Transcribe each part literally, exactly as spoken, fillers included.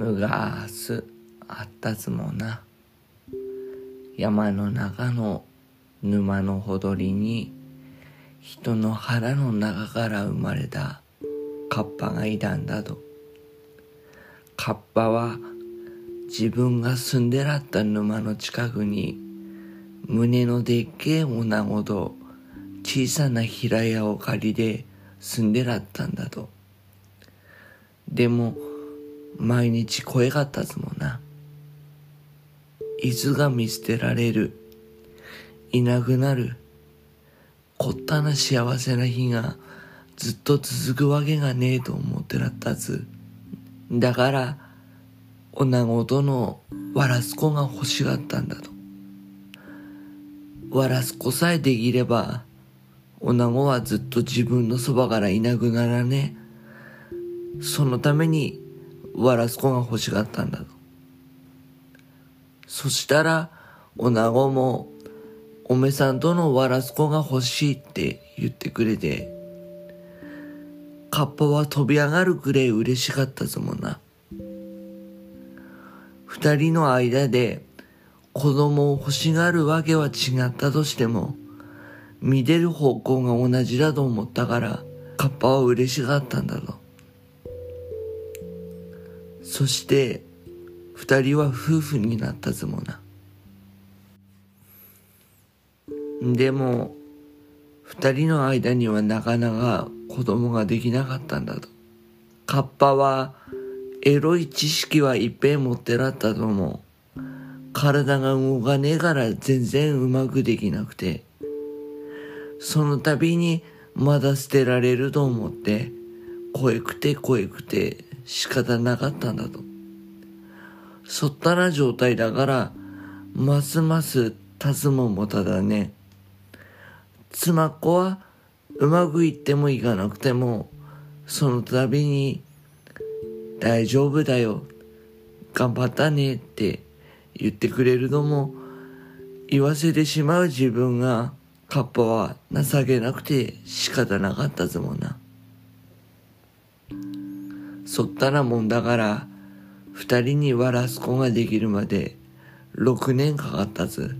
むがーすあったつもな。山の中の沼のほどりに人の腹の中から生まれたカッパがいたんだと。カッパは自分が住んでらった沼の近くに胸のでっけえ女子と小さな平屋を借りで住んでらったんだと。でも毎日声がったつもな。いつが見捨てられる、いなくなる、こったな幸せな日がずっと続くわけがねえと思ってらったず。だから女子とのわらす子が欲しがったんだと。わらす子さえできれば女子はずっと自分のそばからいなくならねえ。そのためにわらす子が欲しがったんだと。そしたら女子もおめさんとのわらす子が欲しいって言ってくれて、カッパは飛び上がるくらい嬉しかったぞもんな。二人の間で子供を欲しがるわけは違ったとしても、見てる方向が同じだと思ったからカッパは嬉しがったんだと。そして二人は夫婦になったぞもな。でも二人の間にはなかなか子供ができなかったんだと。カッパはエロい知識はいっぺん持ってらったとも、体が動かねえから全然うまくできなくて、その度にまだ捨てられると思って怖くて怖くて仕方なかったんだと。そったな状態だからますます立つもんもただね。妻っ子はうまくいってもいかなくてもその度に大丈夫だよ、頑張ったねって言ってくれるのも言わせてしまう自分がカッパは情けなくて仕方なかったぞもんな。そったなもんだから二人にわらす子ができるまで六年かかったず。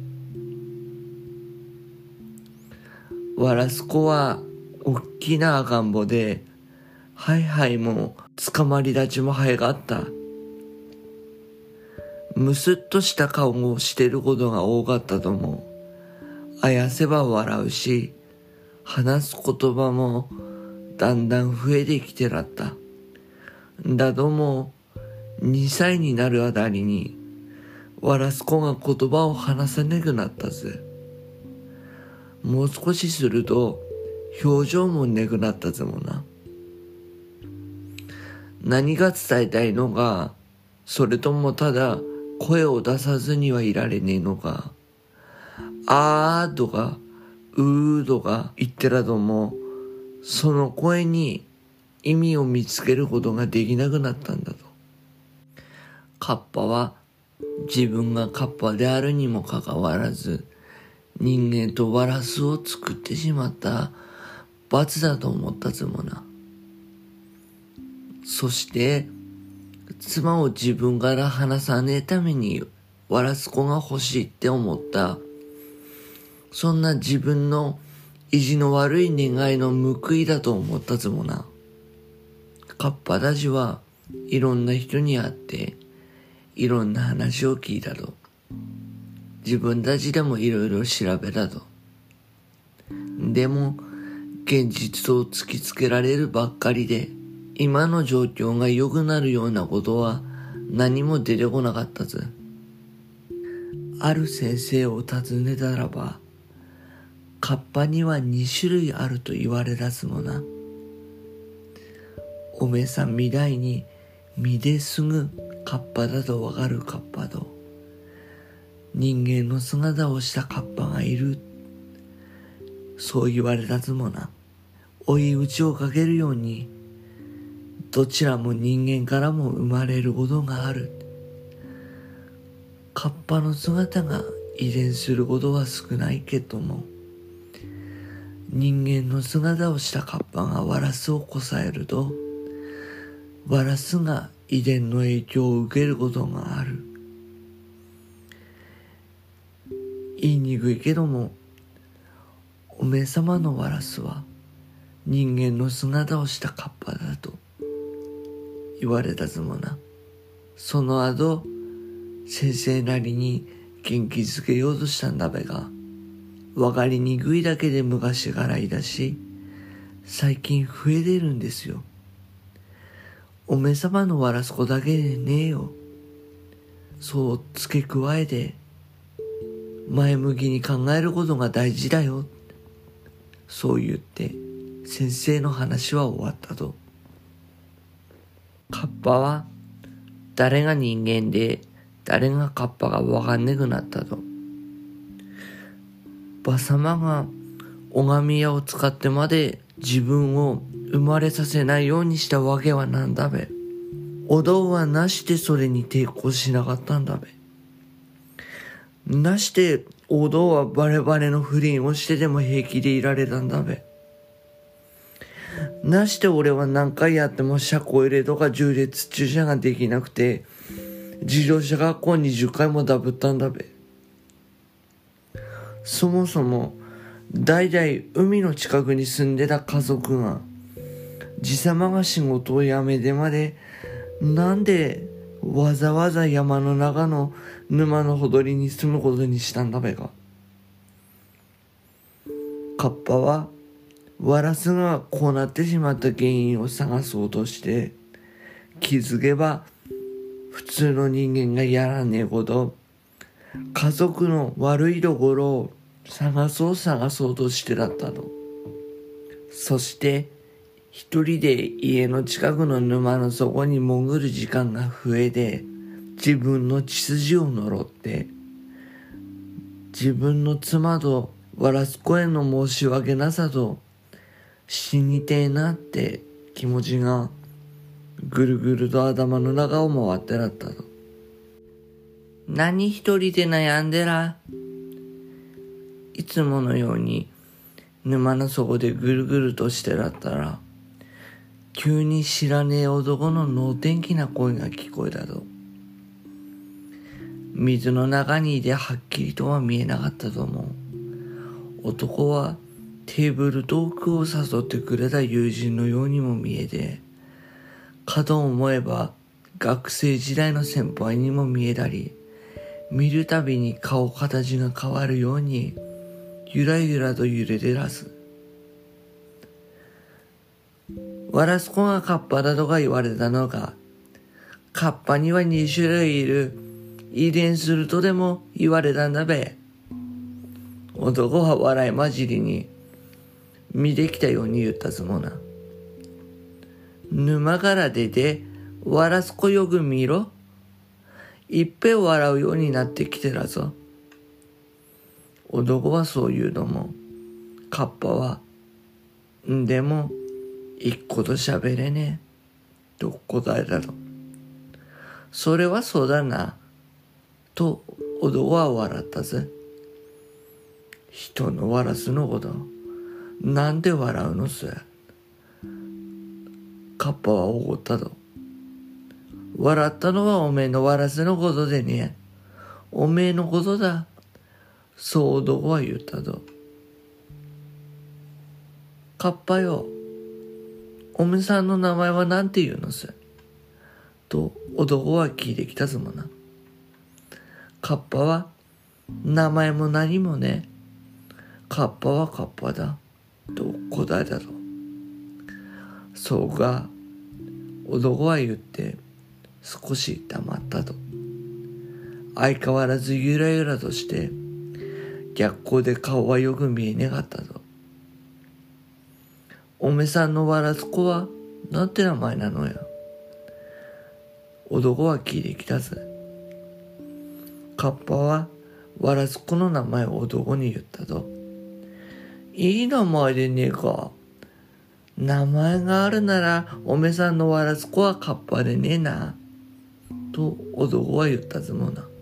わらす子はおっきな赤ん坊で、はいはいも捕まり立ちも早かった。むすっとした顔をしてることが多かったと思う。あやせば笑うし、話す言葉もだんだん増えてきてらった。だどもにさいになるあたりにわらす子が言葉を話さなくなったぜ。もう少しすると表情もなくなったぜもな。何が伝えたいのか、それともただ声を出さずにはいられねえのか。あーとかうーとか言ってらとも、その声に意味を見つけることができなくなったんだと。カッパは自分がカッパであるにもかかわらず人間とワラスを作ってしまった罰だと思ったつもな。そして妻を自分から離さねえためにワラス子が欲しいって思った、そんな自分の意地の悪い願いの報いだと思ったつもな。カッパたちはいろんな人に会っていろんな話を聞いたと。自分たちでもいろいろ調べたと。でも現実を突きつけられるばっかりで、今の状況が良くなるようなことは何も出てこなかったぜ。ある先生を訪ねたらば、カッパにはに種類あると言われらすもな。おめえさんみたいに見ですぐカッパだとわかるカッパと、人間の姿をしたカッパがいる、そう言われたつもな。追い打ちをかけるようにどちらも人間からも生まれることがある。カッパの姿が遺伝することは少ないけども、人間の姿をしたカッパがワラスをこさえると、ワラスが遺伝の影響を受けることがある。言いにくいけども、おめえ様のワラスは人間の姿をしたカッパだと言われたずもな。その後、先生なりに元気づけようとしたんだべが、わかりにくいだけで昔からいだし、最近増えてるんですよ。おめえ様のワラス子だけでねえよ。そう付け加えて、前向きに考えることが大事だよ。そう言って先生の話は終わったと。カッパは誰が人間で誰がカッパがわかんなくなったと。ばさまが拝み屋を使ってまで自分を生まれさせないようにしたわけはなんだべ。おどうはなしてそれに抵抗しなかったんだべ。なしておどうはバレバレの不倫をしてでも平気でいられたんだべ。なして俺は何回やっても車庫入れとか縦列駐車ができなくて自動車学校にじゅっかいもダブったんだべ。そもそも代々海の近くに住んでた家族がじさまが仕事を辞めてまでなんでわざわざ山の中の沼のほとりに住むことにしたんだべか。カッパはワラスがこうなってしまった原因を探そうとして気づけば普通の人間がやらねえこと家族の悪いところを探そう探そうとしてだったと。そして一人で家の近くの沼の底に潜る時間が増えて自分の血筋を呪って自分の妻とワラスコへの申し訳なさと死にてえなって気持ちがぐるぐると頭の中を回ってらったと。何一人で悩んでら。いつものように沼の底でぐるぐるとしてらったら急に知らねえ男の能天気な声が聞こえたと。水の中にいてはっきりとは見えなかったと思う。男はテーブルトークを誘ってくれた友人のようにも見えて、かと思えば学生時代の先輩にも見えたり、見るたびに顔形が変わるようにゆらゆらと揺れてらす。ワラスコがカッパだとか言われたのか、カッパにはに種類いる、遺伝するとでも言われたんだべ。男は笑い混じりに見てきたように言ったぞもな。沼から出てワラスコよく見ろ。いっぺん笑うようになってきてらぞ。男はそう言うのも、カッパは、んでも、一個と喋れねえ、と答えたと。それはそうだな、と男は笑ったぜ。人のワラスのこと、なんで笑うのす。カッパは怒ったと。笑ったのはおめえのワラスのことでねえ。おめえのことだ。そう男は言ったと。カッパよ、おめさんの名前はなんて言うのす。と男は聞いてきたぞもな。カッパは名前も何もね。カッパはカッパだ。と答えたと。そうか、男は言って少し黙ったと。相変わらずゆらゆらとして逆光で顔はよく見えねかったと。おめさんのワラスコはなんて名前なのや。男は聞いてきたぜ。カッパはワラスコの名前を男に言ったと。いい名前でねえか。名前があるならおめさんのワラスコはカッパでねえな。と男は言ったぞもな。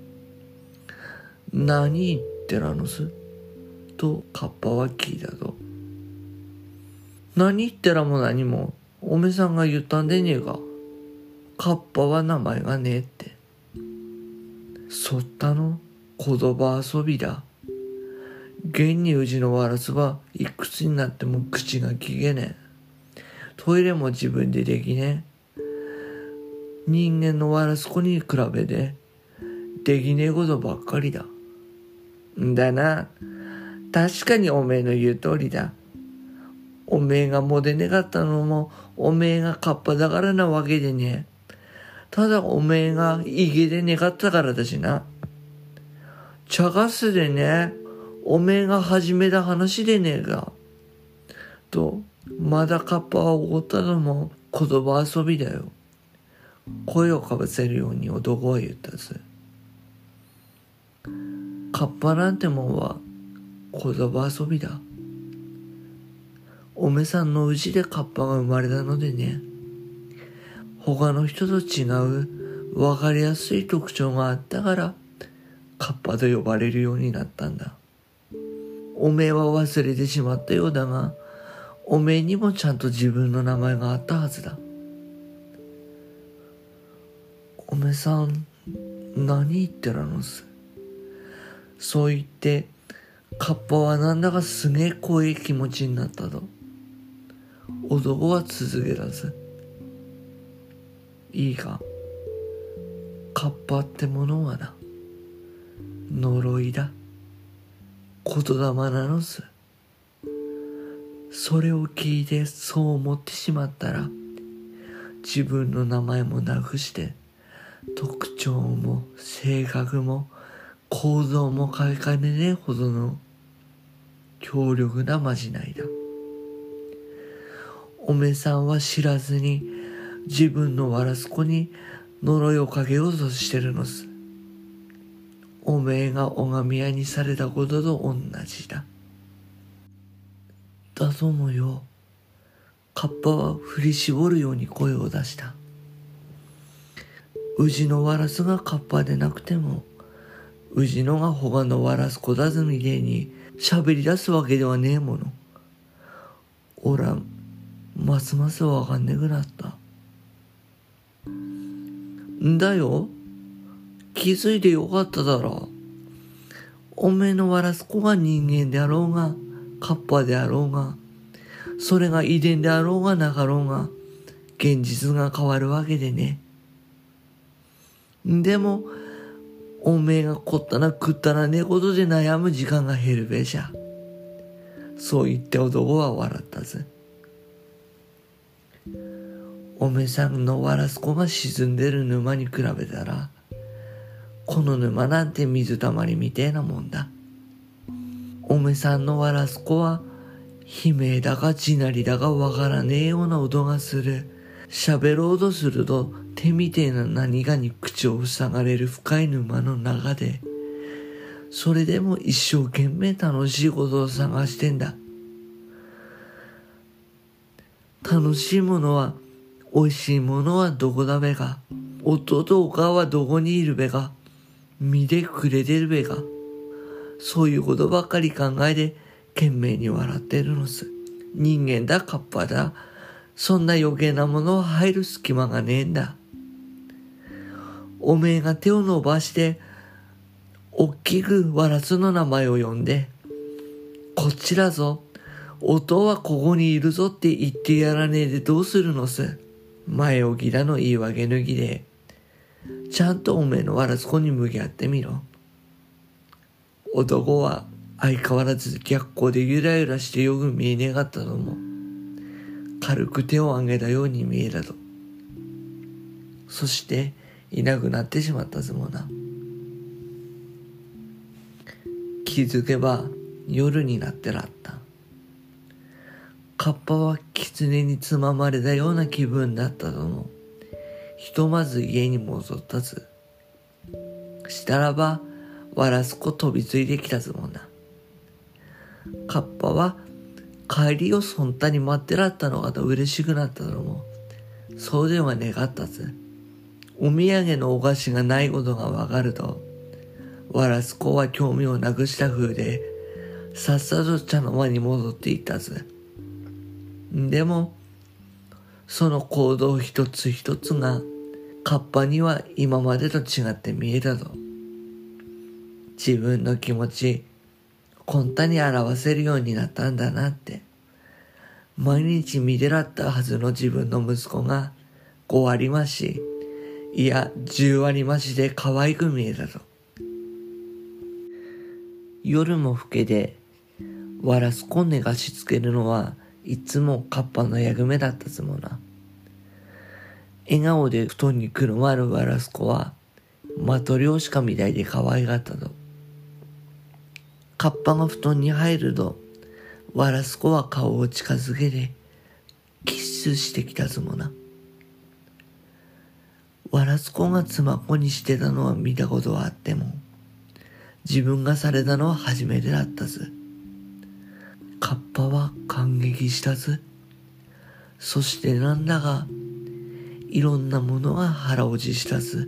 何言ってらのすとカッパは聞いたと。何言ってらも何もおめさんが言ったんでねえか。 カッパは名前がねえって。そったの言葉遊びだ。現にうちのワラスはいくつになっても口が聞けねえ。トイレも自分でできねえ。人間のワラス子に比べてできねえことばっかりだ。んだな。確かにおめえの言う通りだ。おめえがもでねかったのもおめえがカッパだからなわけでねえ。ただおめえがイゲでねかったからだしな。茶化すでね、おめえが始めた話でねえか。と、まだカッパは怒ったのも言葉遊びだよ。声をかぶせるように男は言ったぜ。カッパなんてもんは言葉遊びだ。おめさんのうちでカッパが生まれたのでね。他の人と違う分かりやすい特徴があったからカッパと呼ばれるようになったんだ。おめえは忘れてしまったようだが、おめえにもちゃんと自分の名前があったはずだ。おめさん、何言ってらのす。そう言ってカッパはなんだかすげえ怖い気持ちになったと。男は続けたぜ。いいか、カッパってものはな、呪いだ。言霊なのす。それを聞いてそう思ってしまったら、自分の名前もなくして特徴も性格も構造も変えかねねえほどの強力なまじないだ。おめさんは知らずに自分のワラス子に呪いをかけようとしてるのす。おめえが拝み屋にされたことと同じだ。だともよ。カッパは振り絞るように声を出した。うちのワラスがカッパでなくても、うちのが他のワラス子だずみでに喋り出すわけではねえもの。おら、ますますわかんねくなった。んだよ。気づいてよかっただろう。おめえのワラス子が人間であろうが、カッパであろうが、それが遺伝であろうがなかろうが、現実が変わるわけでね。でも、おめえがこったな食ったらねえことで悩む時間が減るべしゃ。そう言って男は笑ったぜ。おめさんのワラス子が沈んでる沼に比べたら、この沼なんて水たまりみてえなもんだ。おめさんのワラス子は悲鳴だか地鳴りだかわからねえような音がする。喋ろうとすると手みてえな何かに口を塞がれる深い沼の中で、それでも一生懸命楽しいことを探してんだ。楽しいものは、美味しいものはどこだべか、夫とお母はどこにいるべか、見てくれてるべか、そういうことばっかり考えて懸命に笑ってるのす。人間だカッパだ、そんな余計なものは入る隙間がねえんだ。おめえが手を伸ばしておっきくワラスの名前を呼んで、こっちだぞ、音はここにいるぞって言ってやらねえでどうするのす。前置きだの言い訳抜きで、ちゃんとおめえのワラス子に向き合ってみろ。男は相変わらず逆光でゆらゆらしてよく見えねかったのも、軽く手を挙げたように見えたと。そしていなくなってしまったぞもな。気づけば夜になってらった。カッパは狐につままれたような気分だったとも、ひとまず家に戻ったず。したらばワラス子飛びついてきたぞもな。カッパは帰りをそんたに待ってらったのかと嬉しくなったのも、そうではねかったぜ。お土産のお菓子がないことがわかると、ワラス子は興味をなくした風で、さっさと茶の間に戻っていったぜ。でも、その行動一つ一つがカッパには今までと違って見えたと。自分の気持ち、こんたに表せるようになったんだなって。毎日見てらったはずの自分の息子がご割増し、いやじゅう割増しで可愛く見えたと。夜も更けで、わらすこ寝がしつけるのはいつもカッパの役目だったつもな。笑顔で布団にくるまるわらす子はマトリョーシカみたいで可愛がったと。カッパが布団に入るとわらす子は顔を近づけてキスしてきたつもな。わらす子が妻っ子にしてたのは見たことはあっても、自分がされたのは初めてだったず。カッパは感激したず。そしてなんだかいろんなものが腹落ちしたず。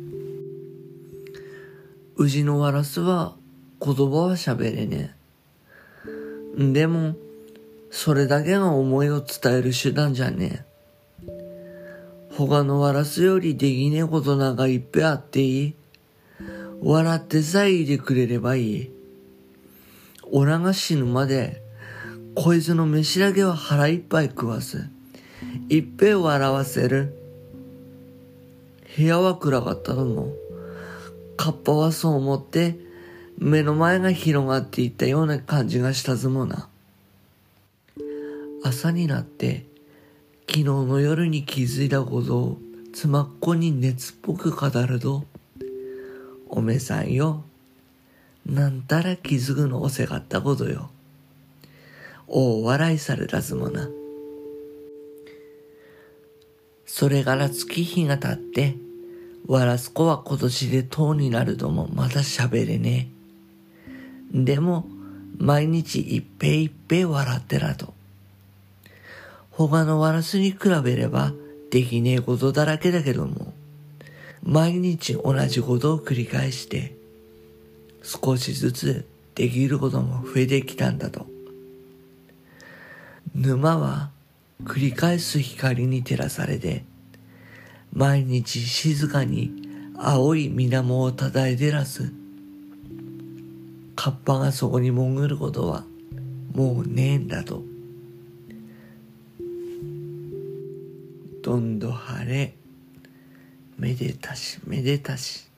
うちのわらすは言葉は喋れねえ。でもそれだけが思いを伝える手段じゃねえ。他のわらすよりできねえことなんかいっぺんあっていい。笑ってさえいてくれればいい。おらが死ぬまでこいつの飯だけは腹いっぱい食わす。いっぺん笑わせる。部屋は暗かったと思う。カッパはそう思って目の前が広がっていったような感じがしたずもな。朝になって昨日の夜に気づいたことを妻っ子に熱っぽく語ると、おめさんよ、なんたら気づくのおせがったことよ。大笑いされたずもな。それから月日が経って、わらす子は今年でとうになるともまだ喋れねえ。でも毎日いっぺいいっぺい笑ってらと。他のワラスに比べればできねえことだらけだけども、毎日同じことを繰り返して少しずつできることも増えてきたんだと。沼は繰り返す光に照らされて、毎日静かに青い水面をたたえ照らす。カッパがそこに潜ることはもうねえんだと。どんど晴れ、めでたしめでたし。